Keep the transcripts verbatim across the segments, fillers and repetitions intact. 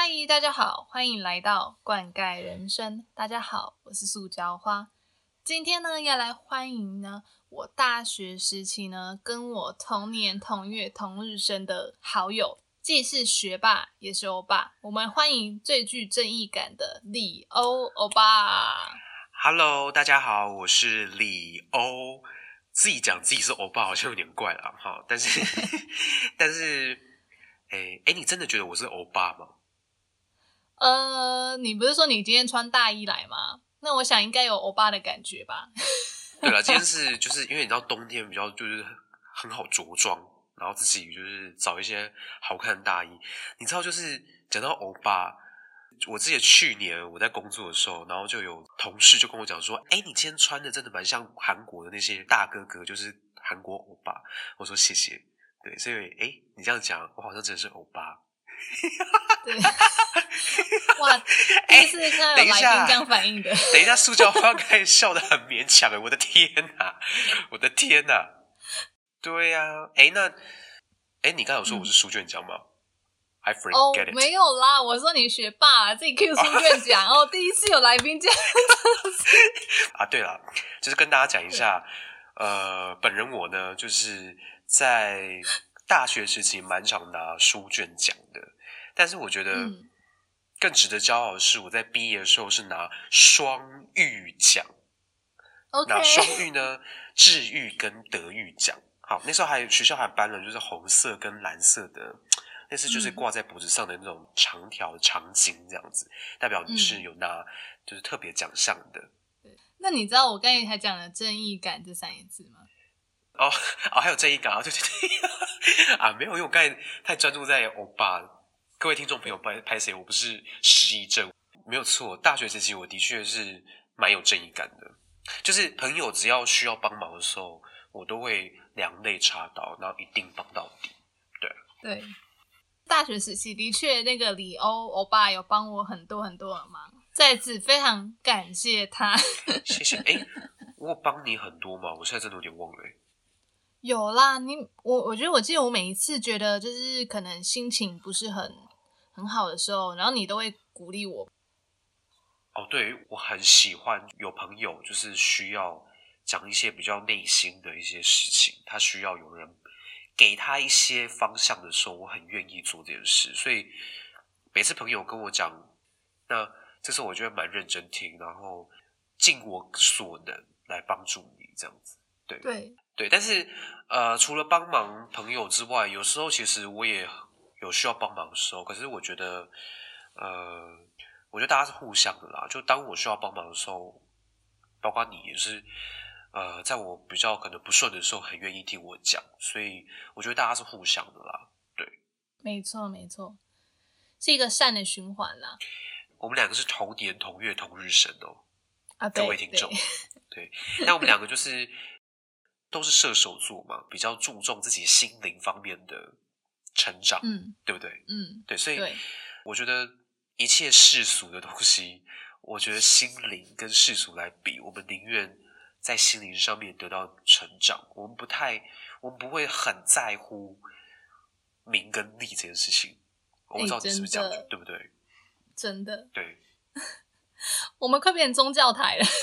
嗨，大家好，欢迎来到灌溉人生。大家好，我是塑胶花。今天呢，要来欢迎呢我大学时期呢跟我同年同月同日生的好友，既是学霸也是欧巴。我们欢迎最具正义感的李欧欧巴。 Hello， 大家好，我是李欧。自己讲自己是欧巴好像有点怪了哈，但是但是，诶诶，你真的觉得我是欧巴吗？ 呃，你不是说你今天穿大衣来吗？那我想应该有欧巴的感觉吧。 对了，今天是就是因为你知道冬天比较就是很好着装，然后自己就是找一些好看的大衣。你知道就是讲到欧巴，我记得去年我在工作的时候，然后就有同事就跟我讲说，诶，你今天穿的真的蛮像韩国的那些大哥哥，就是韩国欧巴。我说谢谢。对，所以诶，你这样讲，我好像真的是欧巴。 对，哇，第一次看到有来宾这样反应的。 欸、等一下，塑胶花刚才笑得很勉强了，我的天哪，我的天哪！对呀、啊，哎，那哎，你刚才有说我是书卷奖吗、嗯、？I forget it。 哦，没有啦，我说你学霸啦，自己 Q 书卷奖哦，第一次有来宾这样子。 啊，对了，就是跟大家讲一下，呃，本人我呢，就是在大学时期蛮常拿书卷奖的。但是我觉得更值得骄傲的是，我在毕业的时候是拿双育奖。 Okay. 那双育呢，智育跟德育奖。好，那时候还学校还颁了就是红色跟蓝色的，类似就是挂在脖子上的那种长条长巾这样子，代表你是有拿就是特别奖项的。 对，那你知道我刚才还讲了正义感这三个字吗？ 哦哦，还有正义感啊，对对对啊，没有，因为我刚才太专注在欧巴。各位听众朋友，拍拍谁？我不是失忆症，没有错。大学时期我的确是蛮有正义感的，就是朋友只要需要帮忙的时候，我都会两肋插刀，然后一定帮到底。对对，大学时期的确那个李欧欧巴有帮我很多很多的忙，在此非常感谢他。 谢谢。哎，我有帮你很多吗？我现在真的有点忘了。 有啦，你我我觉得我记得我每一次觉得就是可能心情不是很很好的时候，然后你都会鼓励我。 哦，对，我很喜欢有朋友就是需要讲一些比较内心的一些事情，他需要有人给他一些方向的时候，我很愿意做这件事。所以每次朋友跟我讲，那这时候我就会蛮认真听，然后尽我所能来帮助你这样子。对对对，但是呃，除了帮忙朋友之外，有时候其实我也有需要帮忙的时候。可是我觉得，呃，我觉得大家是互相的啦。就当我需要帮忙的时候，包括你也是，呃，在我比较可能不顺的时候，很愿意听我讲。所以我觉得大家是互相的啦。对， 没错没错，是一个善的循环啦。 我们两个是同年同月同日生哦， 啊， 各位听众，对，那我们两个就是都是射手座嘛，比较注重自己心灵方面的成长，嗯，对不对？ 嗯， 对，所以我觉得一切世俗的东西，我觉得心灵跟世俗来比，我们宁愿在心灵上面得到成长，我们不太，我们不会很在乎名跟利这件事情。我不知道你是不是这样觉得，对不对？ 真的， 对， 我们快变成宗教台了。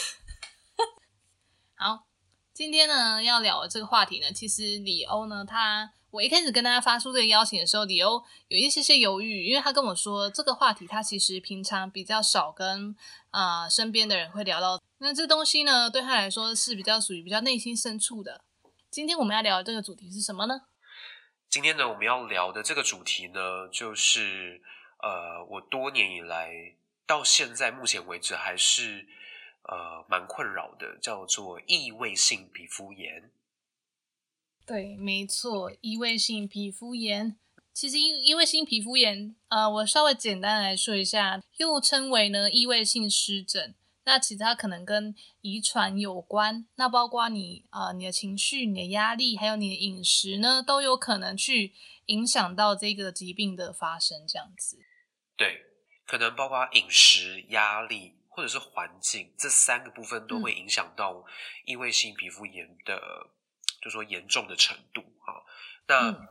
好，今天呢要聊的这个话题呢，其实李欧呢，他我一开始跟大家发出这个邀请的时候，李欧有一些些犹豫，因为他跟我说这个话题他其实平常比较少跟啊、呃、身边的人会聊到，那这东西呢对他来说是比较属于比较内心深处的。今天我们要聊的这个主题是什么呢？ 今天呢，我们要聊的这个主题呢，就是呃，我多年以来到现在目前为止还是呃蛮困扰的，叫做异位性皮肤炎。 对，没错，异位性皮肤炎。其实异异位性皮肤炎，呃，我稍微简单来说一下，又称为呢异位性湿疹。那其实它可能跟遗传有关，那包括你呃你的情绪、你的压力，还有你的饮食呢，都有可能去影响到这个疾病的发生，这样子。 对，可能包括饮食、压力或者是环境这三个部分都会影响到异位性皮肤炎的，嗯、就说严重的程度哈。那、嗯、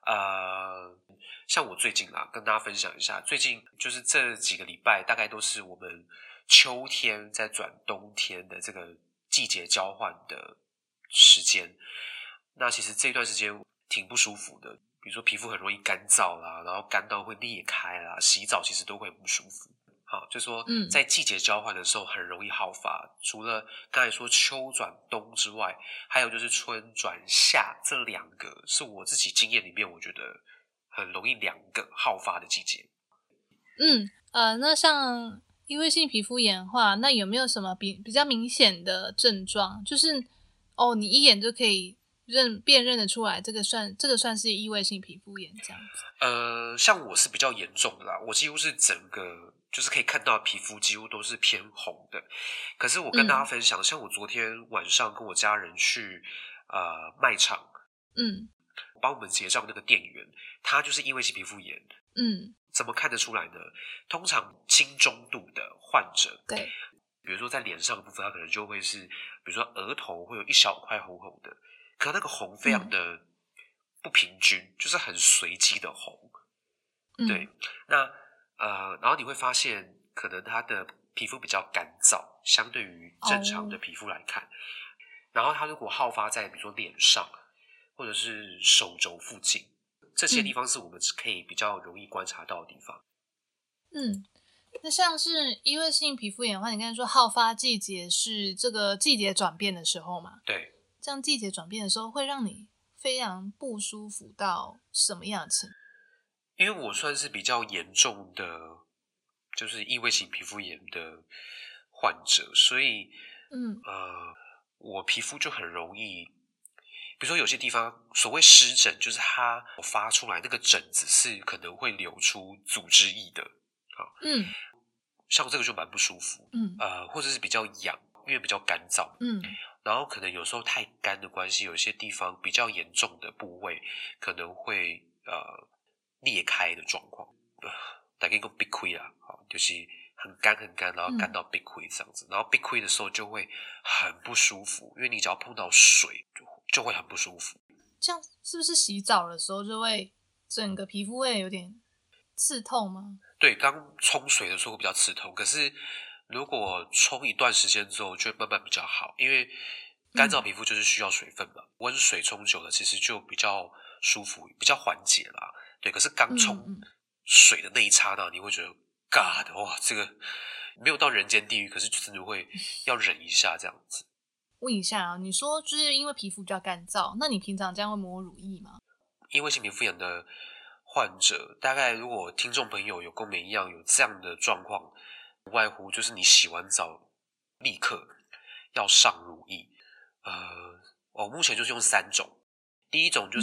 呃，像我最近啊，跟大家分享一下，最近就是这几个礼拜，大概都是我们秋天在转冬天的这个季节交换的时间。那其实这段时间挺不舒服的，比如说皮肤很容易干燥啦，然后干到会裂开啦，洗澡其实都会很不舒服。好，就说在季节交换的时候很容易好发，除了刚才说秋转冬之外，还有就是春转夏，这两个是我自己经验里面我觉得很容易两个好发的季节。 嗯，呃，那像异位性皮肤炎的话，那有没有什么比比较明显的症状？就是哦，你一眼就可以认辨认得出来，这个算这个算是异位性皮肤炎这样子。 呃，像我是比较严重的啦，我几乎是整个就是可以看到皮肤几乎都是偏红的。可是我跟大家分享，嗯、像我昨天晚上跟我家人去呃卖场， 嗯， 帮我们结账那个店员，他就是异位性皮肤炎， 嗯， 怎么看得出来呢？通常轻中度的患者， 对， 比如说在脸上的部分，他可能就会是，比如说额头会有一小块红红的，可那个红非常的不平均，嗯、就是很随机的红。 嗯、 对，那呃，然后你会发现，可能他的皮肤比较干燥，相对于正常的皮肤来看。哦、然后他如果好发在比如说脸上，或者是手肘附近，这些地方是我们可以比较容易观察到的地方。 嗯，那像是异位性皮肤炎的话，你刚才说好发季节是这个季节转变的时候嘛？ 对， 这样季节转变的时候会让你非常不舒服到什么样的程度？ 因为我算是比较严重的，就是异位性皮肤炎的患者，所以， 嗯， 呃，我皮肤就很容易，比如说有些地方所谓湿疹，就是它发出来那个疹子是可能会流出组织液的，啊， 嗯， 像这个就蛮不舒服， 嗯， 呃，或者是比较痒，因为比较干燥， 嗯， 然后可能有时候太干的关系，有些地方比较严重的部位可能会呃裂开的状况，呃，大概讲闭开啦，好，就是很干很干，然后干到闭开这样子，嗯、然后闭开的时候就会很不舒服，因为你只要碰到水就就会很不舒服。 这样是不是洗澡的时候就会整个皮肤会有点刺痛吗？ 对，刚冲水的时候会比较刺痛，可是如果冲一段时间之后，就会慢慢比较好，因为干燥皮肤就是需要水分嘛，温、嗯、水冲久了，其实就比较舒服，比较缓解啦。对，可是刚冲水的那一刹那，你会觉得 God 哇，这个没有到人间地狱，可是就真的会要忍一下这样子。 问一下啊，你说就是因为皮肤比较干燥，那你平常这样会抹乳液吗？ 因为性皮肤炎的患者，大概如果听众朋友有跟我们一样有这样的状况，无外乎就是你洗完澡立刻要上乳液。呃，我目前就是用三种，第一种就是、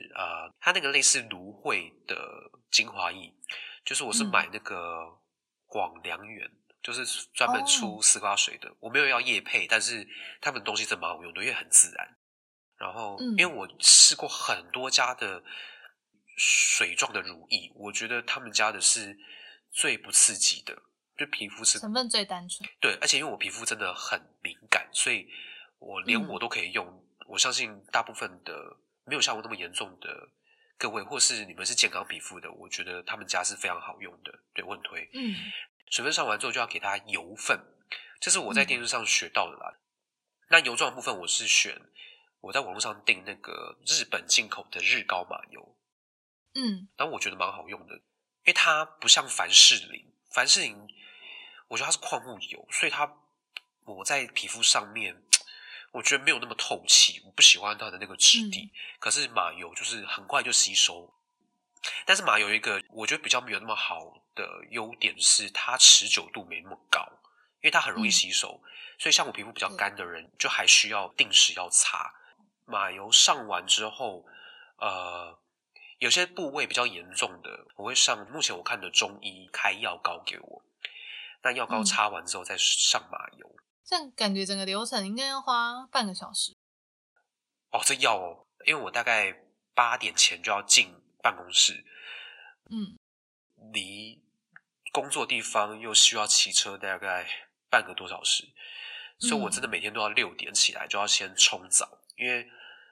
嗯、呃，它那个类似芦荟的精华液，就是我是买那个广良源。嗯就是专门出丝瓜水的，哦、我没有要业配，但是他们东西真蛮好用的，因为很自然。然后，嗯、因为我试过很多家的水状的乳液，我觉得他们家的是最不刺激的，就皮肤是成分最单纯。 对，而且因为我皮肤真的很敏感，所以我连我都可以用。嗯、我相信大部分的没有像我那么严重的各位，或是你们是健康皮肤的，我觉得他们家是非常好用的，对，我很推。嗯。水分上完之后就要给它油分，这是我在电视上学到的啦。嗯、那油状的部分我是选我在网络上订那个日本进口的日高玛油，嗯，然后我觉得蛮好用的，因为它不像凡士林，凡士林我觉得它是矿物油，所以它抹在皮肤上面，我觉得没有那么透气，我不喜欢它的那个质地。嗯、可是玛油就是很快就吸收。但是玛油有一个我觉得比较没有那么好的优点是它持久度没那么高，因为它很容易吸收，嗯、所以像我皮肤比较干的人就还需要定时要擦。玛油上完之后呃，有些部位比较严重的我会上目前我看的中医开药膏给我，那药膏擦完之后再上玛油，嗯、 这样感觉整个流程应该要花半个小时。 哦，这要哦，因为我大概八点前就要进办公室，嗯，离工作地方又需要骑车大概半个多小时，嗯、所以我真的每天都要六点起来就要先冲澡，因为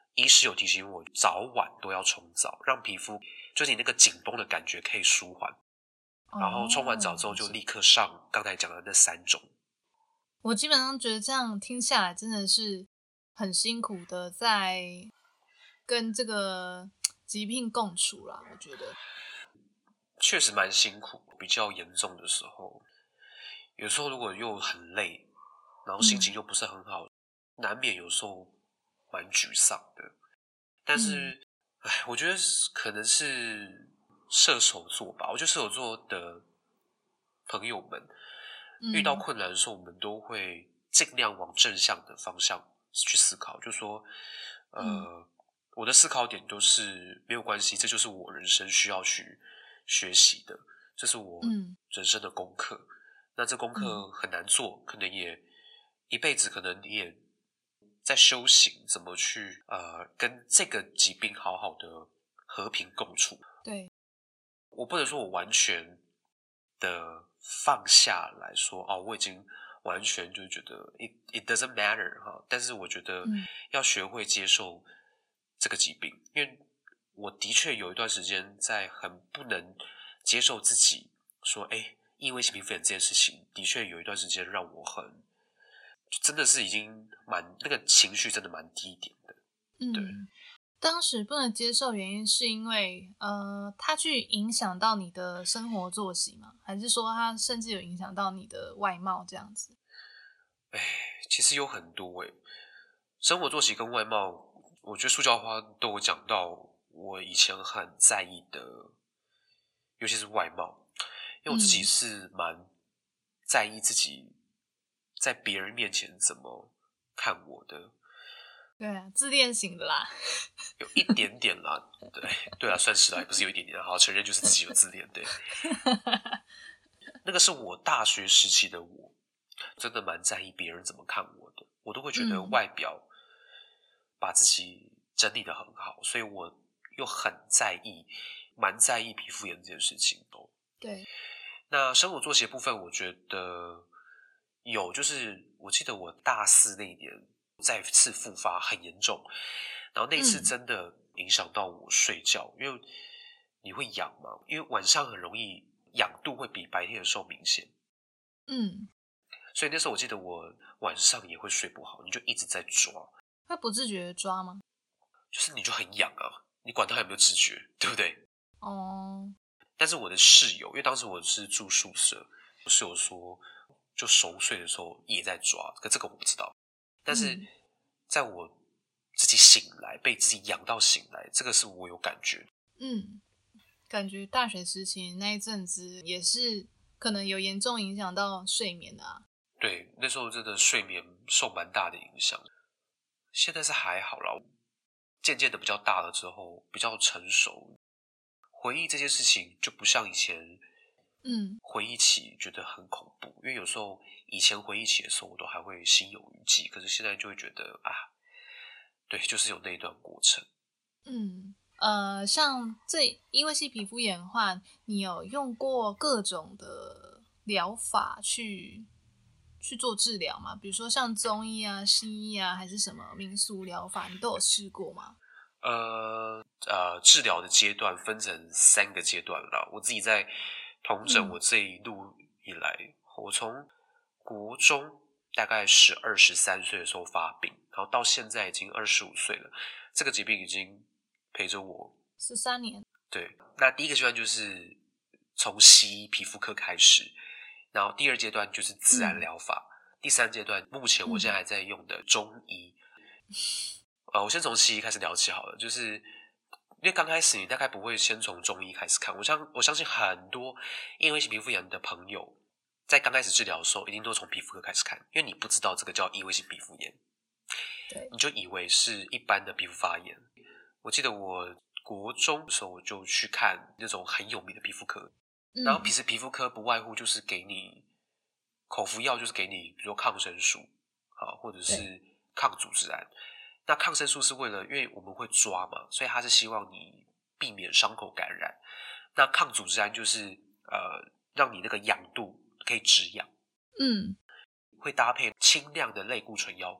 医师有提醒我早晚都要冲澡，让皮肤就是你那个紧绷的感觉可以舒缓。然后冲完澡之后就立刻上刚才讲的那三种。 我基本上觉得这样听下来真的是很辛苦的，在跟这个疾病共处啦。我觉得确实蛮辛苦，比较严重的时候，有时候如果又很累，然后心情又不是很好，嗯、难免有时候蛮沮丧的。但是，哎、嗯，我觉得可能是射手座吧。我觉得射手座的朋友们、嗯、遇到困难的时候，我们都会尽量往正向的方向去思考，就说，呃，嗯、我的思考点都是没有关系，这就是我人生需要去学习的，这是我人生的功课。嗯、那这功课很难做，可能也一辈子，可能你也在修行，怎么去呃跟这个疾病好好的和平共处。 对， 我不能说我完全的放下来说，哦，我已经完全就觉得 it it doesn't matter 哈，但是我觉得要学会接受这个疾病，因为我的确有一段时间在很不能接受自己说，哎，异位性皮肤炎这件事情，的确有一段时间让我很真的是已经蛮那个情绪真的蛮低点的。 嗯， 对。 当时不能接受原因是因为呃，它去影响到你的生活作息吗？还是说它甚至有影响到你的外貌这样子？ 哎，其实有很多诶，生活作息跟外貌，我觉得塑胶花都有讲到我以前很在意的，尤其是外貌，因为我自己是蛮在意自己在别人面前怎么看我的。 对啊，自恋型的啦， 有一点点啦，对对啊，算是啦，也不是有一点点，好承认就是自己有自恋，对。那个是我大学时期的我，真的蛮在意别人怎么看我的，我都会觉得外表把自己整理得很好，所以我又很在意，蛮在意皮肤炎这件事情的。 对， 那生活作息的部分，我觉得有，就是我记得我大四那一年再次复发很严重，然后那次真的影响到我睡觉，嗯、因为你会痒嘛，因为晚上很容易痒度会比白天的时候明显， 嗯， 所以那时候我记得我晚上也会睡不好，你就一直在抓， 会不自觉的抓吗？ 就是你就很痒啊，你管他有没有知觉，对不对？ 哦。 但是我的室友，因为当时我是住宿舍，我室友说就熟睡的时候也在抓，可这个我不知道。但是在我自己醒来，被自己痒到醒来，这个是我有感觉。 嗯，感觉大学时期那一阵子也是可能有严重影响到睡眠的啊。 对，那时候真的睡眠受蛮大的影响。现在是还好啦，渐渐的比较大了之后，比较成熟。回忆这件事情就不像以前，嗯，回忆起觉得很恐怖，因为有时候以前回忆起的时候，我都还会心有余悸，可是现在就会觉得啊，对，就是有那一段过程。 嗯，呃，像这因为是皮肤炎的话，你有用过各种的疗法去去做治疗吗？比如说像中医啊、西医啊，还是什么民俗疗法，你都有试过吗？ 呃呃，治疗的阶段分成三个阶段啦。我自己在统整我这一路以来，嗯、我从国中大概十二、十三岁的时候发病，然后到现在已经二十五岁了，这个疾病已经陪着我十三年。 对，那第一个阶段就是从西医皮肤科开始，然后第二阶段就是自然疗法，嗯、第三阶段目前我现在还在用的中医。嗯呃，我先从西医开始聊起好了，就是因为刚开始你大概不会先从中医开始看，我相我相信很多因为是皮肤炎的朋友，在刚开始治疗的时候，一定都从皮肤科开始看，因为你不知道这个叫异位性皮肤炎，对，你就以为是一般的皮肤发炎。我记得我国中的时候，我就去看那种很有名的皮肤科，嗯、然后其实皮肤科不外乎就是给你口服药，就是给你比如说抗生素啊，或者是抗组织胺。那抗生素是为了，因为我们会抓嘛，所以它是希望你避免伤口感染。那抗组织胺就是呃，让你那个痒度可以止痒。嗯，会搭配轻量的类固醇药膏，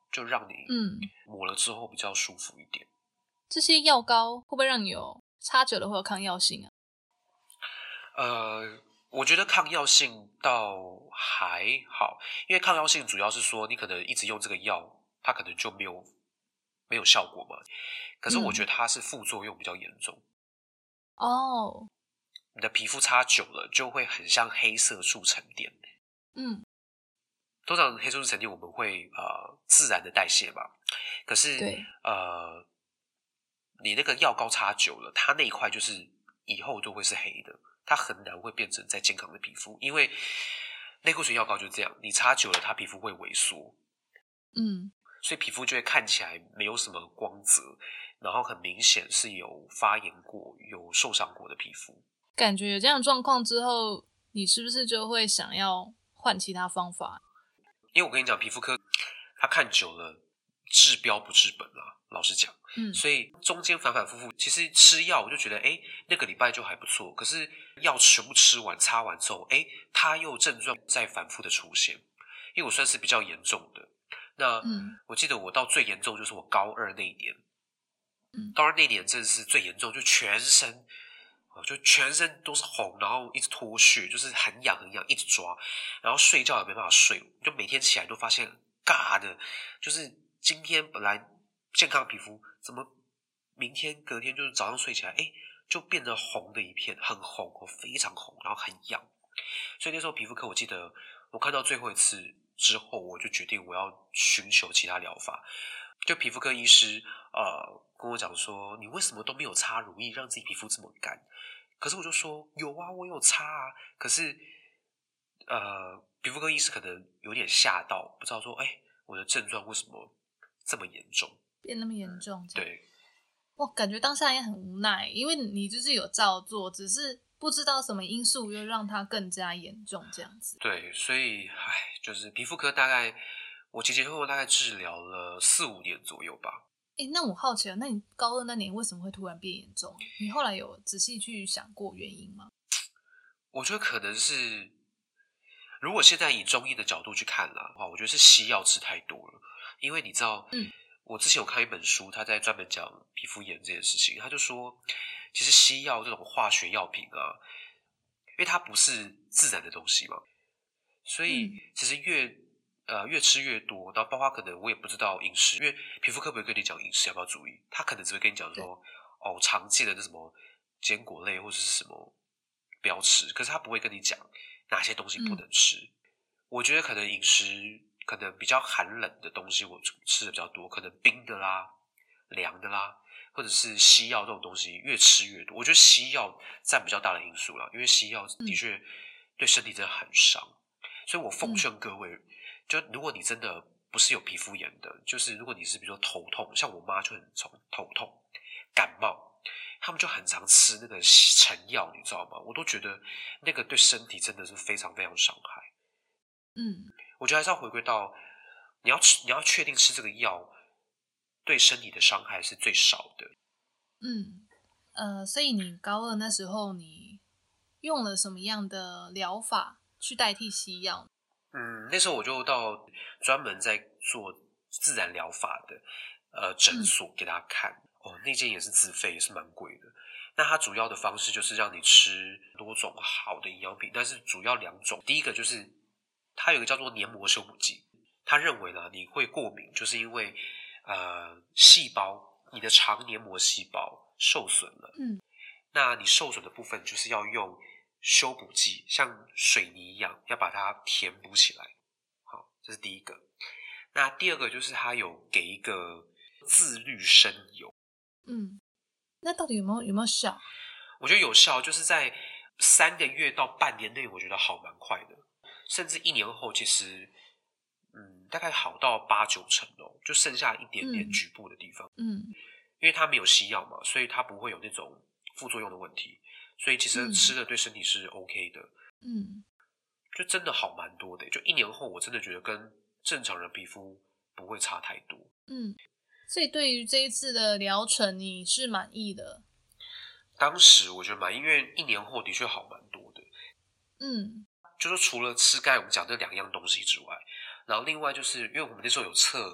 就让你嗯抹了之后比较舒服一点。 这些药膏会不会让你有擦久了会有抗药性啊？ 呃，我觉得抗药性倒还好，因为抗药性主要是说你可能一直用这个药，它可能就没有没有效果嘛。可是我觉得它是副作用比较严重。 哦， 你的皮肤擦久了就会很像黑色素沉淀。 嗯， 通常黑色素沉淀我们会呃自然的代谢嘛，可是对， 呃你那个药膏擦久了，它那一块就是以后都会是黑的，它很难会变成再健康的皮肤，因为类固醇药膏就是这样，你擦久了它皮肤会萎缩， 嗯， 所以皮肤就会看起来没有什么光泽，然后很明显是有发炎过、有受伤过的皮肤。 感觉有这样的状况之后，你是不是就会想要换其他方法？ 因为我跟你讲，皮肤科它看久了治标不治本啦，老实讲， 嗯所以中间反反复复，其实吃药我就觉得，哎，那个礼拜就还不错，可是药全部吃完擦完之后，哎，它又症状再反复的出现，因为我算是比较严重的。那、 嗯我记得我到最严重就是我高二那一年， 嗯高二那一年真的是最严重，就全身。就全身都是红，然后一直脱屑，就是很痒很痒，一直抓，然后睡觉也没办法睡，就每天起来都发现嘎的，就是今天本来健康的皮肤，怎么明天隔天就是早上睡起来，哎，就变得红的一片，很红，非常红，然后很痒。所以那时候皮肤科，我记得我看到最后一次之后，我就决定我要寻求其他疗法。就皮肤科医师呃跟我讲说，你为什么都没有擦乳液，让自己皮肤这么干？可是我就说有啊，我有擦啊。可是呃，皮肤科医师可能有点吓到，不知道说，哎，我的症状为什么这么严重， 变那么严重？ 对， 我感觉当下也很无奈，因为你就是有照做，只是不知道什么因素又让它更加严重这样子。 对，所以唉，就是皮肤科大概我结结婚后大概治疗了四五年左右吧。 诶，那我好奇了，那你高二那年为什么会突然变严重？你后来有仔细去想过原因吗？ 我觉得可能是，如果现在以中医的角度去看啦，话，我觉得是西药吃太多了。因为你知道， 嗯， 我之前有看一本书，他在专门讲皮肤炎这件事情，他就说，其实西药这种化学药品啊，因为它不是自然的东西嘛，所以嗯其实越呃越吃越多，然后包括可能我也不知道饮食，因为皮肤科不会跟你讲饮食要不要注意，他可能只会跟你讲说，哦，常见的那什么坚果类或者是什么不要吃，可是他不会跟你讲哪些东西不能吃。嗯、我觉得可能饮食可能比较寒冷的东西我吃的比较多，可能冰的啦、凉的啦，或者是西药这种东西越吃越多。我觉得西药占比较大的因素啦，因为西药的确对身体真的很伤。所以我奉劝各位，就如果你真的不是有皮肤炎的，就是如果你是比如说头痛，像我妈就很从头痛、感冒，他们就很常吃那个成药，你知道吗？我都觉得那个对身体真的是非常非常伤害。 嗯， 我觉得还是要回归到你要吃，你要确定吃这个药对身体的伤害是最少的。 嗯，呃，所以你高二那时候你用了什么样的疗法去代替西药？ 嗯，那时候我就到专门在做自然疗法的呃诊所给他看、嗯、哦，那间也是自费，也是蛮贵的。那它主要的方式就是让你吃多种好的营养品，但是主要两种，第一个就是它有一个叫做黏膜修补剂，他认为呢你会过敏，就是因为呃细胞，你的肠黏膜细胞受损了， 嗯， 那你受损的部分就是要用修补剂，像水泥一样，要把它填补起来。好，这是第一个。那第二个就是它有给一个自律生油。 嗯，那到底有没有有没有效？ 我觉得有效，就是在三个月到半年内，我觉得好蛮快的，甚至一年后，其实嗯大概好到八九成哦，就剩下一点点局部的地方。 嗯， 因为它没有西药嘛，所以它不会有那种副作用的问题。所以其实吃的对身体是 OK 的， 嗯， 就真的好蛮多的。就一年后，我真的觉得跟正常人皮肤不会差太多。 嗯，所以对于这一次的疗程，你是满意的？ 当时我觉得满意，因为一年后的确好蛮多的。 嗯， 就是除了吃刚才我们讲这两样东西之外，然后另外就是因为我们那时候有测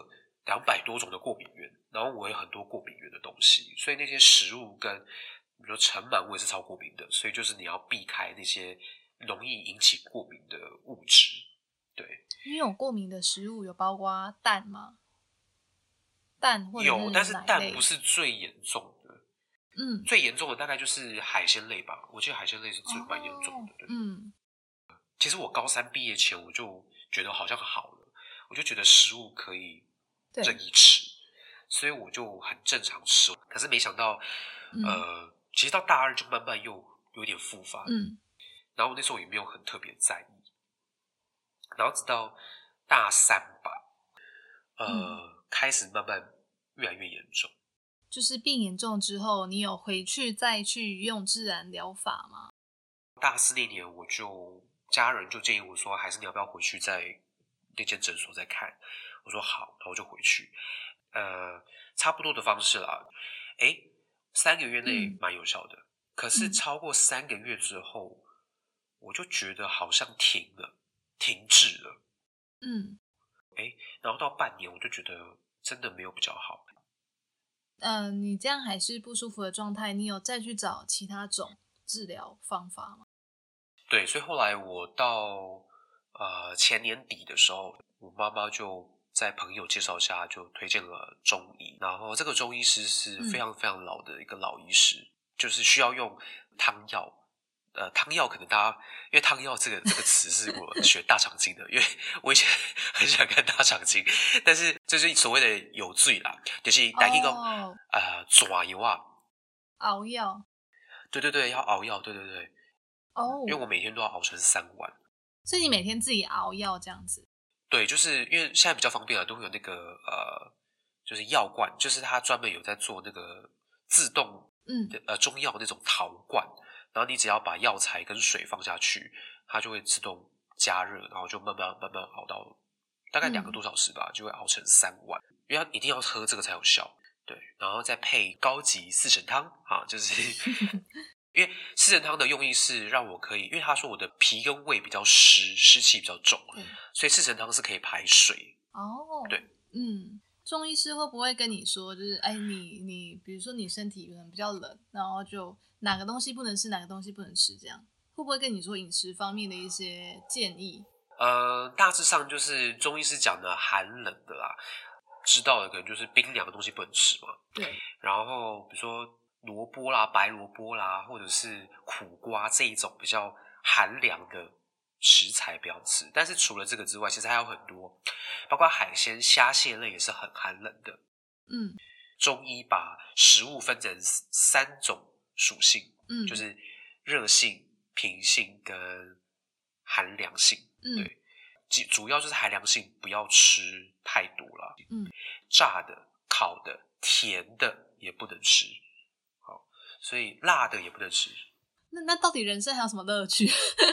两百多种的过敏源，然后我有很多过敏源的东西，所以那些食物跟比如说尘螨我也是超过敏的，所以就是你要避开那些容易引起过敏的物质。对， 你有过敏的食物有包括蛋吗？蛋或者是奶类？ 有，但是蛋不是最严重的。 嗯， 最严重的大概就是海鲜类吧，我记得海鲜类是最蛮严重的。 哦、嗯， 其实我高三毕业前我就觉得好像好了，我就觉得食物可以任意吃，所以我就很正常吃。可是没想到， 嗯、 呃，其实到大二就慢慢又有点复发， 嗯， 然后那时候也没有很特别在意，然后直到大三吧，呃，嗯、开始慢慢越来越严重。 就是变严重之后，你有回去再去用自然疗法吗？ 大四那年，我就家人就建议我说，还是你要不要回去在那间诊所再看？我说好，然后我就回去，呃，差不多的方式啦。诶，三个月内蛮有效的，嗯、可是超过三个月之后，我就觉得好像停了，停滞了。 嗯， 诶，然后到半年，我就觉得真的没有比较好。 嗯、呃，你这样还是不舒服的状态，你有再去找其他种治疗方法吗？ 对，所以后来我到呃前年底的时候，我妈妈就在朋友介绍下就推荐了中医，然后这个中医师是非常非常老的一个老医师，嗯、就是需要用汤药。呃，汤药可能大家因为汤药这个这个词是我学大肠经的，因为我以前很喜欢看大肠经，但是就是所谓的有罪啦，就是大家讲呃抓药啊， 熬药， 对对对，要熬药，对对对， 哦、oh. 因为我每天都要熬成三碗， 所以你每天自己熬药这样子？ 对，就是因为现在比较方便了，都会有那个呃，就是药罐，就是他专门有在做那个自动嗯呃中药那种陶罐。然后你只要把药材跟水放下去，它就会自动加热，然后就慢慢慢慢熬到大概两个多小时吧，嗯、就会熬成三碗。因为它一定要喝这个才有效，对。然后再配高级四神汤啊，就是因为四神汤的用意是让我可以，因为他说我的脾跟胃比较湿，湿气比较重，所以四神汤是可以排水。 哦， 对， 嗯。中医师会不会跟你说，就是哎，你你比如说你身体可能比较冷，然后就哪个东西不能吃，哪个东西不能吃，这样会不会跟你说饮食方面的一些建议？ 呃，大致上就是中医师讲的寒冷的啦，知道的可能就是冰凉的东西不能吃嘛。 对。 然后比如说萝卜啦、白萝卜啦，或者是苦瓜这一种比较寒凉的食材不要吃，但是除了这个之外，其实还有很多，包括海鲜、虾蟹类也是很寒冷的。 嗯， 中医把食物分成三种属性， 嗯， 就是热性、平性跟寒凉性。 嗯， 对，主要就是寒凉性不要吃太多了。 嗯， 炸的、烤的、甜的也不能吃。好，所以辣的也不能吃。 那那到底人生还有什么乐趣？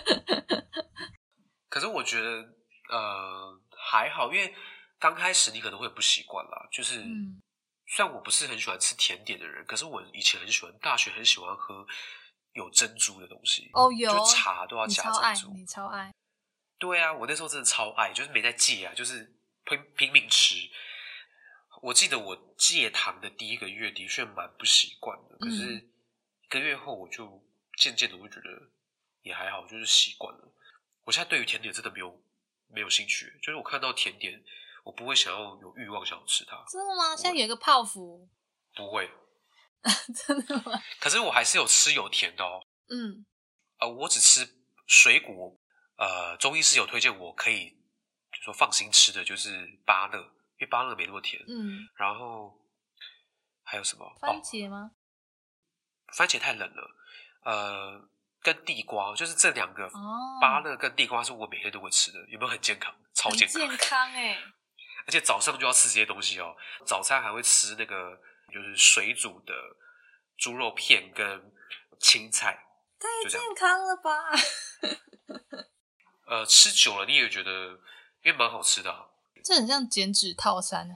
可是我觉得呃还好，因为刚开始你可能会不习惯啦。就是、嗯、虽然我不是很喜欢吃甜点的人，可是我以前很喜欢，大学很喜欢喝有珍珠的东西。 哦，有， 就茶都要加珍珠。 你超爱，你超爱。 对啊，我那时候真的超爱，就是没在戒啊，就是拼拼命吃。我记得我戒糖的第一个月的确蛮不习惯的，可是一个月后我就渐渐的会觉得也还好，就是习惯了。我现在对于甜点真的没有没有兴趣，就是我看到甜点，我不会想要有欲望想要吃它。 真的吗？现在有一个泡芙， 不会， 真的吗？ 可是我还是有吃有甜的哦。 嗯， 呃，我只吃水果。呃，中医师有推荐我可以，就说放心吃的就是芭乐，因为芭乐没那么甜。嗯，然后还有什么？ 番茄吗？ 哦、番茄太冷了。呃。跟地瓜就是这两个，哦、芭乐跟地瓜是我每天都会吃的，有没有很健康？超健康， 很健康哎、欸！ 而且早上就要吃这些东西哦，早餐还会吃那个就是水煮的猪肉片跟青菜， 太健康了吧？ 呃，吃久了你也觉得，因为蛮好吃的啊。 这很像减脂套餐。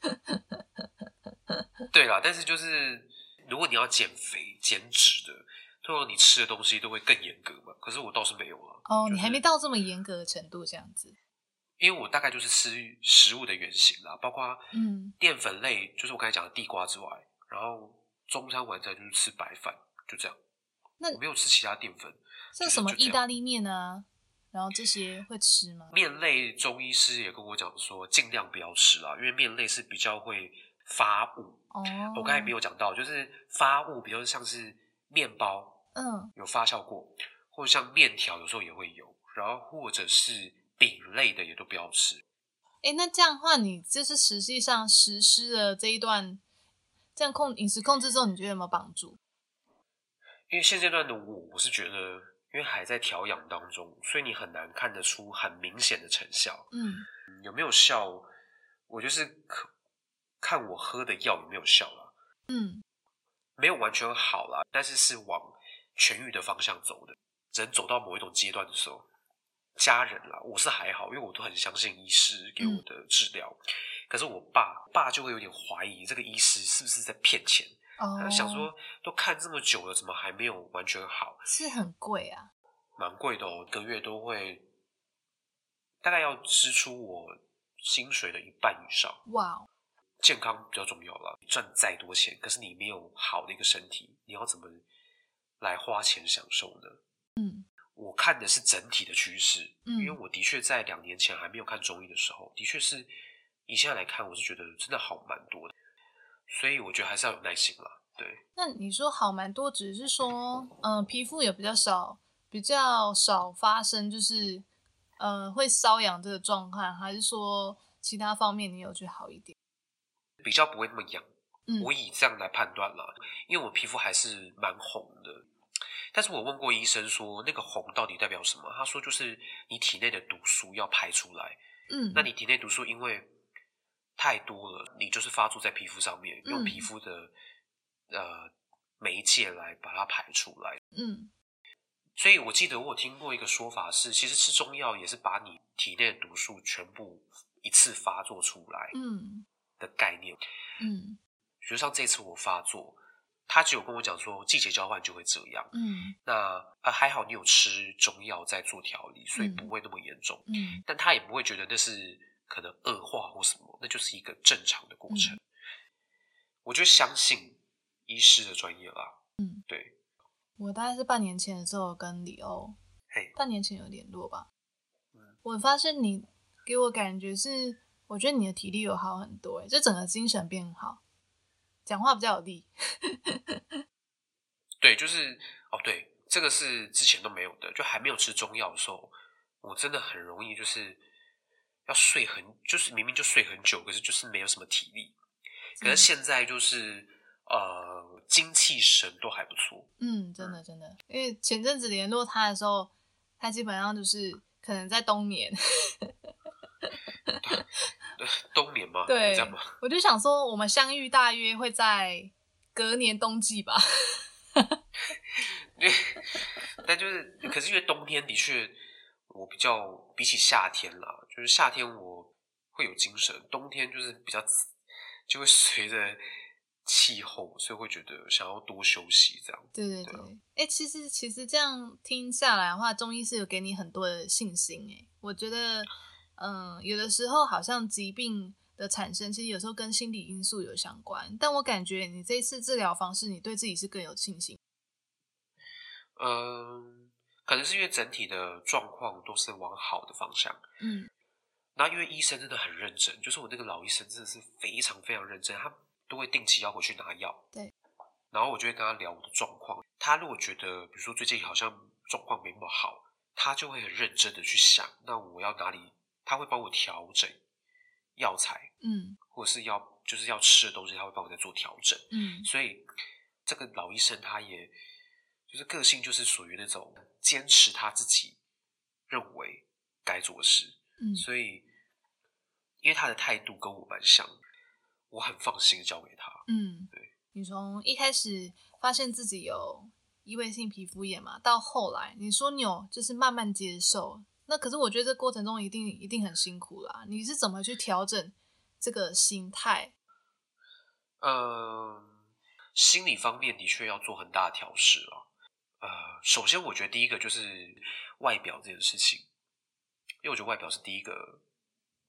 对啦，但是就是如果你要减肥减脂的。通常你吃的东西都会更严格嘛，可是我倒是没有啊。 哦， 就是、 你还没到这么严格的程度，这样子。 因为我大概就是吃食物的原型啦，包括嗯淀粉类，就是我刚才讲的地瓜之外，然后中餐晚餐就是吃白饭，就这样。 那我没有吃其他淀粉， 像什么就是就这样。 意大利面啊，然后这些会吃吗？ 面类中医师也跟我讲说，尽量不要吃啦，因为面类是比较会发物。 哦， 我刚才没有讲到，就是发物比较像是面包， 嗯， 有发酵过，或者像面条有时候也会有，然后或者是饼类的也都不要吃。 哎，那这样的话，你就是实际上实施了这一段这样控饮食控制之后，你觉得有没有帮助？ 因为现阶段的我，我是觉得，因为还在调养当中，所以你很难看得出很明显的成效。 嗯嗯有没有效？我就是可看我喝的药有没有效啦， 嗯没有完全好啦，但是是往痊愈的方向走的。人走到某一种阶段的时候，家人啦，我是还好，因为我都很相信医师给我的治疗。嗯、可是我爸爸就会有点怀疑这个医师是不是在骗钱。 哦， 他想说，都看这么久了，怎么还没有完全好？ 是很贵啊， 蛮贵的哦，一个月都会大概要支出我薪水的一半以上。 哇哦， 健康比较重要啦，赚再多钱，可是你没有好的一个身体，你要怎么来花钱享受呢？ 嗯我看的是整体的趋势， 嗯因为我的确在两年前还没有看中医的时候，的确是以现在来看，我是觉得真的好蛮多的，所以我觉得还是要有耐心啦。对， 那你说好蛮多，只是说，嗯、呃，皮肤也比较少，比较少发生，就是，呃，会瘙痒这个状况，还是说其他方面你有觉得好一点？ 比较不会那么痒。 嗯我以这样来判断啦，因为我皮肤还是蛮红的。但是我问过医生说，那个红到底代表什么？他说就是你体内的毒素要排出来。 嗯， 那你体内毒素因为太多了，你就是发作在皮肤上面，用皮嗯肤的呃媒介来把它排出来。 嗯所以我记得我有听过一个说法是，其实吃中药也是把你体内的毒素全部一次发作出来嗯的概念。 嗯比如像这次我发作，他只有跟我讲说季节交换就会这样。 嗯那、呃、还好你有吃中药在做调理，所以不会那么严重。 嗯但他也不会觉得那是可能恶化或什么，那就是一个正常的过程。 嗯我就相信医师的专业啦。 嗯， 对， 我大概是半年前的时候跟李欧， 嘿， 半年前有联络吧。 嗯我发现你给我感觉是，我觉得你的体力有好很多，诶，就整个精神变好，讲话比较有力。 对，就是哦，对，这个是之前都没有的，就还没有吃中药的时候，我真的很容易就是要睡很，就是明明就睡很久，可是就是没有什么体力。可是现在就是呃，精气神都还不错。 嗯，真的真的，因为前阵子联络他的时候，他基本上就是可能在冬眠。 对，冬眠吗？ 对， 这样吗？ 我就想说，我们相遇大约会在隔年冬季吧。 对，但就是，可是因为冬天的确，我比较比起夏天啦，就是夏天我会有精神，冬天就是比较就会随着气候，所以会觉得想要多休息这样。 对对对， 对啊哎、欸，其实其实这样听下来的话，中医是有给你很多的信心哎。我觉得，嗯，有的时候好像疾病的产生，其实有时候跟心理因素有相关。但我感觉你这一次治疗方式，你对自己是更有信心。 嗯，可能是因为整体的状况都是往好的方向。 嗯那因为医生真的很认真，就是我那个老医生真的是非常非常认真，他都会定期要回去拿药。 对。 然后我就会跟他聊我的状况，他如果觉得比如说最近好像状况没那么好，他就会很认真的去想，那我要哪里，他会帮我调整药材， 嗯或者是要就是要吃的东西，他会帮我再做调整。 嗯所以这个老医生他也就是个性就是属于那种坚持他自己认为该做的事。 嗯， 所以因为他的态度跟我蛮像，我很放心交给他。 嗯， 对。 你从一开始发现自己有异位性皮肤炎嘛，到后来你说你有就是慢慢接受，那可是我觉得这过程中一定一定很辛苦啦。你是怎么去调整这个心态？ 嗯，心理方面的确要做很大的调试啊。呃，首先我觉得第一个就是外表这件事情，因为我觉得外表是第一个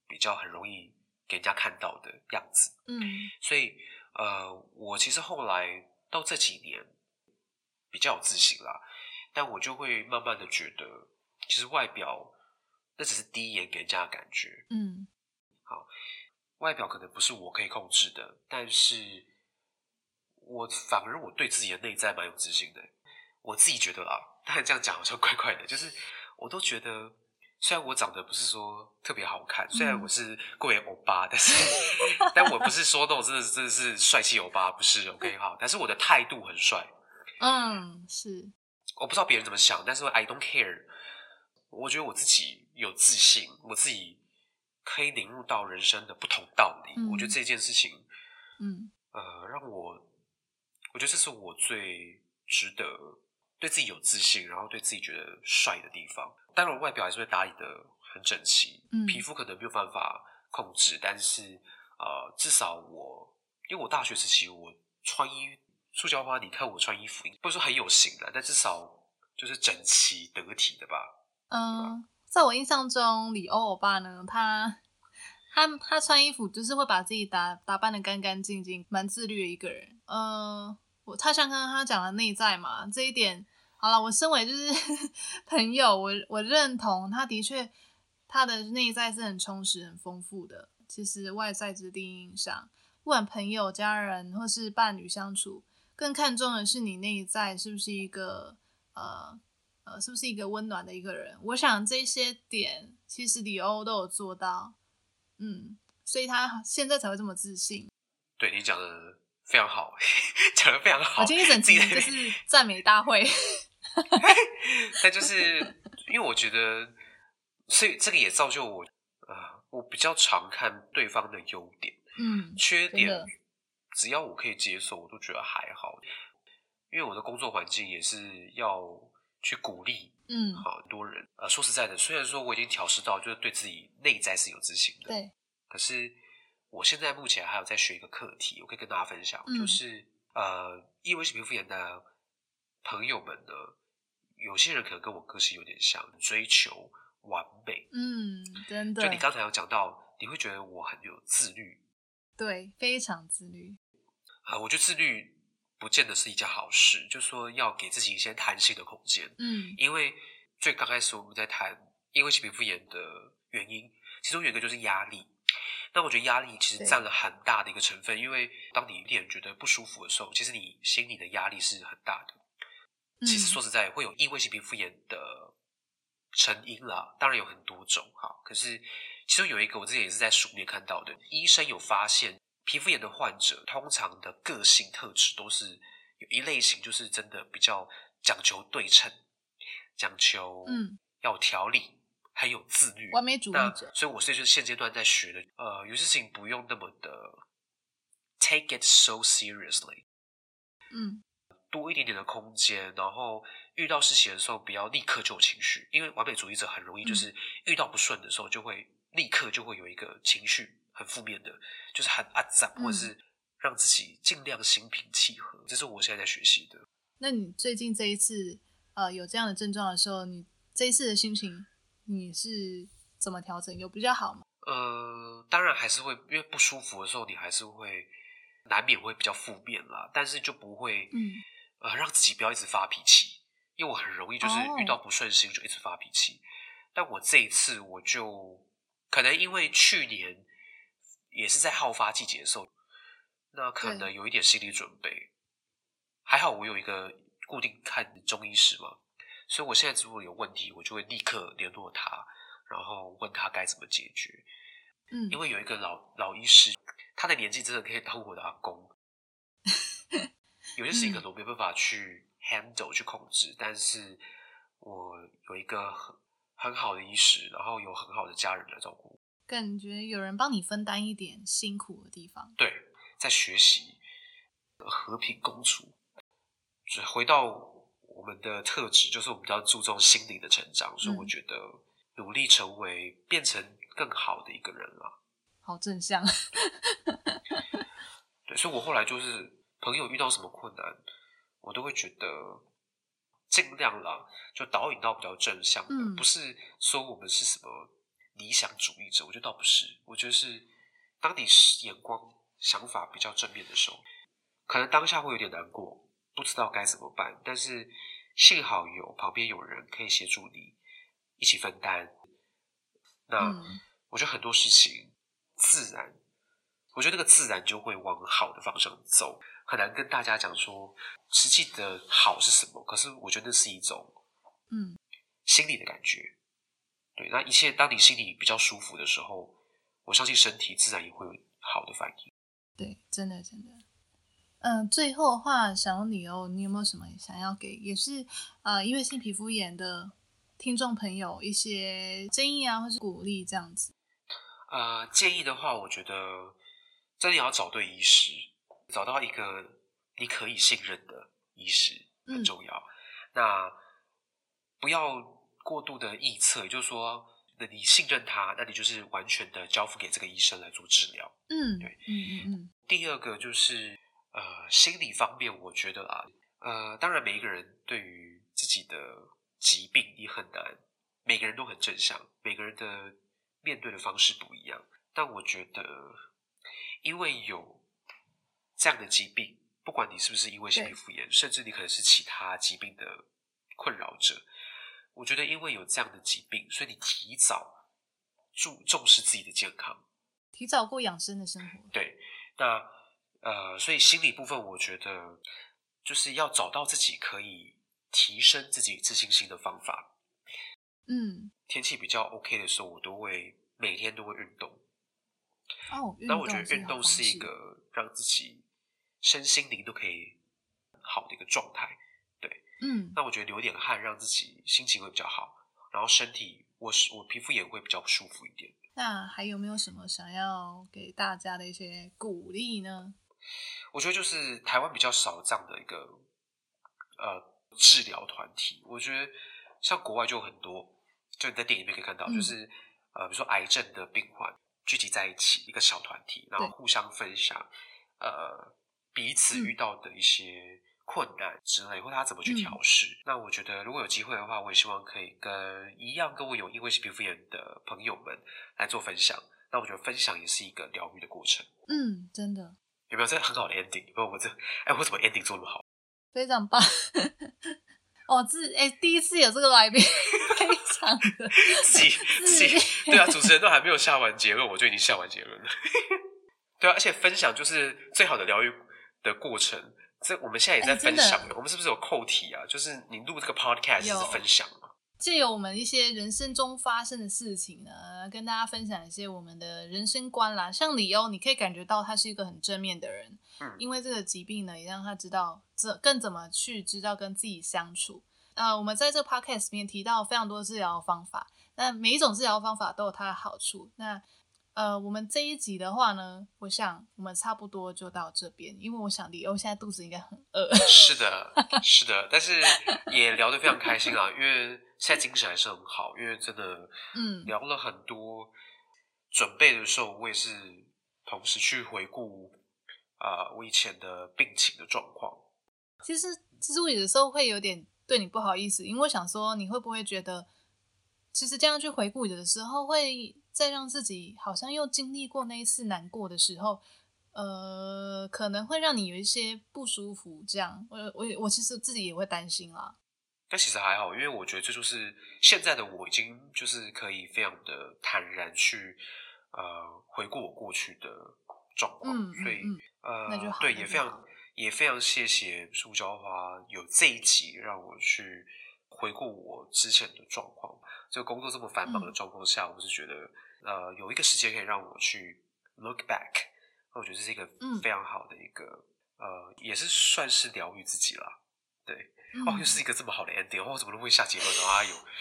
比较很容易给人家看到的样子。 嗯， 所以呃，我其实后来到这几年比较有自信啦，但我就会慢慢的觉得，其实外表那只是第一眼给人家的感觉。 嗯， 好，外表可能不是我可以控制的，但是我反而我对自己的内在蛮有自信的。我自己觉得啦，当然这样讲好像怪怪的，就是我都觉得，虽然我长得不是说特别好看，虽然我是贵为欧巴，但是但我不是说那种真的真的是帅气欧巴，不是 OK 好，但是我的态度很帅。 嗯，是， 我不知道别人怎么想，但是 I don't care。我觉得我自己有自信，我自己可以领悟到人生的不同道理。 嗯、 我觉得这件事情， 嗯， 呃，让我，我觉得这是我最值得对自己有自信，然后对自己觉得帅的地方。当然，外表还是会打理的很整齐， 嗯， 皮肤可能没有办法控制，但是呃，至少我，因为我大学时期我穿衣。塑胶花，你看我穿衣服，不是说很有型的，但至少就是整齐得体的吧。 嗯，在我印象中，李欧欧巴呢，他他他穿衣服就是会把自己打打扮的干干净净，蛮自律的一个人。呃，我他像刚刚他讲的内在嘛，这一点，好了，我身为就是朋友，我我认同他的确他的内在是很充实、很丰富的。其实外在之第一印象，不管朋友、家人或是伴侣相处。更看重的是你内在是不是一个呃呃是不是一个温暖的一个人。我想这些点其实李欧都有做到，嗯，所以他现在才会这么自信。 对，你讲的非常好，讲的非常好。 我今天一整集就是赞美大会。 但就是因为我觉得，所以这个也造就我，呃，我比较常看对方的优点， 嗯， 缺点。只要我可以接受，我都觉得还好，因为我的工作环境也是要去鼓励， 嗯， 好很多人。呃，说实在的，虽然说我已经调试到，就是对自己内在是有自信的， 对， 可是我现在目前还有在学一个课题，我可以跟大家分享， 嗯、 就是呃，异位性皮肤炎的朋友们呢，有些人可能跟我个性有点像，追求完美， 嗯，真的， 就你刚才有讲到，你会觉得我很有自律， 对，非常自律。 啊，我觉得自律不见得是一件好事，就是说要给自己一些弹性的空间。 嗯， 因为最刚开始我们在谈因为皮肤炎的原因，其中有一个就是压力。那我觉得压力其实占了很大的一个成分，因为当你有点觉得不舒服的时候，其实你心里的压力是很大的。 嗯、 其实说实在，会有异位性皮肤炎的成因啦，当然有很多种哈。可是其中有一个我之前也是在书里面看到的，医生有发现。皮肤炎的患者通常的个性特质都是有一类型，就是真的比较讲求对称，讲求嗯要有条理，很有自律， 完美主义者。 所以我是就是现阶段在学的，呃，有些事情不用那么的 take it so seriously， 嗯， 多一点点的空间，然后遇到事情的时候不要立刻就有情绪，因为完美主义者很容易就是遇到不顺的时候就会立刻就会有一个情绪。很负面的，就是很暗赞，或者是让自己尽量心平气和，这是我现在在学习的。 那你最近这一次呃有这样的症状的时候，你这一次的心情你是怎么调整？有比较好吗？ 呃，当然还是会，因为不舒服的时候，你还是会难免会比较负面啦，但是就不会， 嗯， 呃，让自己不要一直发脾气，因为我很容易就是遇到不顺心就一直发脾气。哦、但我这一次我就可能因为去年。也是在好发季节的时候，那可能有一点心理准备。还好我有一个固定看中医师嘛，所以我现在如果有问题，我就会立刻联络他，然后问他该怎么解决。 嗯， 因为有一个老老医师，他的年纪真的可以当我的阿公。有些事情可能我没办法去 handle 去控制，但是我有一个很很好的医师，然后有很好的家人来照顾我。 感觉有人帮你分担一点辛苦的地方。 对，在学习和平共处。回到我们的特质，就是我们比较注重心灵的成长，所以我觉得努力成为变成更好的一个人了。 好正向。 对，所以我后来就是朋友遇到什么困难，我都会觉得尽量啦，就导引到比较正向的， 嗯、 不是说我们是什么理想主义者，我觉得倒不是，我觉得是当你眼光想法比较正面的时候，可能当下会有点难过，不知道该怎么办，但是幸好有旁边有人可以协助你一起分担。那、 嗯、 我觉得很多事情自然，我觉得那个自然就会往好的方向走，很难跟大家讲说实际的好是什么，可是我觉得那是一种嗯心理的感觉。对，那一切当你心里比较舒服的时候，我相信身体自然也会有好的反应。 对，真的真的。嗯、呃，最后的话，想问你哦，你有没有什么想要给也是呃因为性皮肤炎的听众朋友一些建议啊，或是鼓励这样子？ 呃，建议的话，我觉得真的要找对医师，找到一个你可以信任的医师很重要。嗯、那不要过度的臆测，也就是说，你信任他，那你就是完全的交付给这个医生来做治疗。 嗯， 对， 嗯嗯嗯。 第二个就是呃，心理方面，我觉得啦，呃，当然每一个人对于自己的疾病也很难，每个人都很正向，每个人的面对的方式不一样。但我觉得，因为有这样的疾病，不管你是不是因为性皮肤炎，甚至你可能是其他疾病的困扰者，我觉得因为有这样的疾病，所以你提早注重视自己的健康， 提早过养生的生活。 对，那呃，所以心理部分，我觉得就是要找到自己可以提升自己自信心的方法。 嗯， 天气比较 OK 的时候，我都会每天都会运动。 哦，运那我觉动是得运动好方式。 是一个让自己身心灵都可以好的一个状态。对， 嗯， 那我觉得流点汗让自己心情会比较好，然后身体我我皮肤也会比较舒服一点。 那还有没有什么想要给大家的一些鼓励呢？ 我觉得就是台湾比较少这样的一个呃治疗团体，我觉得像国外就很多，就你在电影里面可以看到， 嗯、 就是呃比如说癌症的病患聚集在一起一个小团体，然后互相分享呃彼此遇到的一些困难之类，或他怎么去调试。嗯、那我觉得如果有机会的话，我也希望可以跟一样跟我有因为是皮肤炎的朋友们来做分享。那我觉得分享也是一个疗愈的过程。 嗯，真的。 有没有这很好的 ending？ 有没有我这哎，我怎么 ending 做那么好？ 非常棒！哦，自哎第一次有这个来宾，非常的自己自己对啊，主持人都还没有下完结论，我就已经下完结论了。对啊，而且分享就是最好的疗愈的过程。这我们现在也在分享、欸，我们是不是有扣题啊？就是你录这个 podcast 是分享吗？ 借由我们一些人生中发生的事情呢，跟大家分享一些我们的人生观啦。像李欧，你可以感觉到他是一个很正面的人，嗯，因为这个疾病呢，也让他知道这更怎么去知道跟自己相处。呃，我们在这个 podcast 里面提到非常多治疗方法，那每一种治疗方法都有它的好处。那呃，我们这一集的话呢，我想我们差不多就到这边，因为我想李欧现在肚子应该很饿。 是的，是的，但是也聊得非常开心啊，因为现在精神还是很好，因为真的，嗯，聊了很多。准备的时候，我也是同时去回顾啊、呃，我以前的病情的状况。 其实，其实我有的时候会有点对你不好意思，因为我想说，你会不会觉得，其实这样去回顾的时候，会再让自己好像又经历过那一次难过的时候，呃，可能会让你有一些不舒服。这样，我我我其实自己也会担心啦。 但其实还好，因为我觉得这就是现在的我已经就是可以非常的坦然去呃回顾我过去的状况，嗯、所以、嗯、呃那就好， 对，也非常也非常谢谢塑胶花有这一集让我去回顾我之前的状况。这个工作这么繁忙的状况下，嗯、我是觉得呃有一个时间可以让我去 look back， 我觉得这是一个非常好的一个、嗯、呃也是算是疗愈自己啦，对。哦，又是一个这么好的 ending， 哦，我怎么都会下结论呢？哎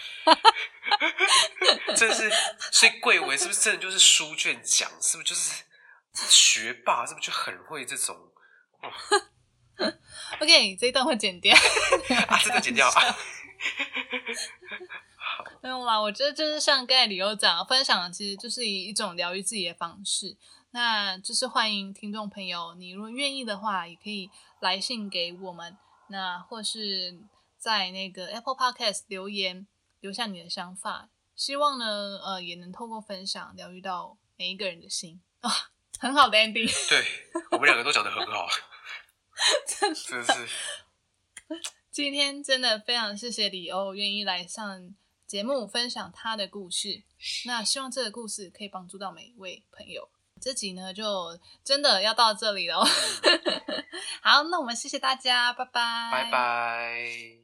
呦，真是，所以贵为是不是真的就是书卷奖？是不是就是学霸？是不是就很会这种？哦、 OK， 这一段会剪掉啊，真的剪掉啊。 没有啦，我觉得就是像刚才李欧讲分享的，其实就是一种疗愈自己的方式。那就是欢迎听众朋友，你如果愿意的话，也可以来信给我们。那或是在那个 Apple Podcast 留言留下你的想法， 希望呢，呃，也能透过分享疗愈到每一个人的心啊、哦，很好的 ending。 对，我们两个都讲得很好， 真的真是。 今天真的非常谢谢李欧愿意来上节目分享他的故事，那希望这个故事可以帮助到每一位朋友。这集呢就真的要到这里了。好，那我们谢谢大家，拜拜， 拜拜。